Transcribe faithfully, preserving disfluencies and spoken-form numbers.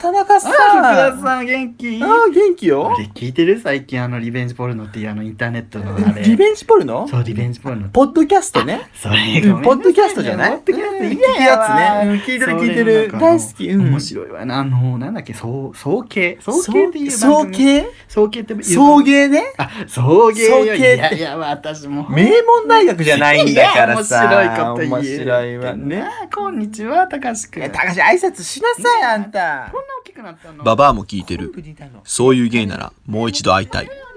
田中さん。 あ、福田さん元気？ ああ、元気よ。 あれ聞いてる？最近あのリベンジポルノっていうあのインターネットのあれ。 リベンジポルノ？ そう、リベンジポルノ。 ポッドキャストね。 それ、 うん、ポッドキャストじゃない？ ポッドキャストうん、 い聞くやつね。うん、聞いてる聞いてる。大好き。うん。 面白いわな。あの、なんだっけ、そう、総計。総計っていう総計？ 総計っていう。 送迎ね。 あ、送迎よ。 送迎って。 いやいや、私も。 名門大学じゃないんだからさ。 面白いこと言う。 面白いわね。 こんにちは、たかしくん。 たかし、挨拶しなさい、あんた。 こんな大きくなったの。 ババアも聞いてる。そういう芸ならもう一度会いたい。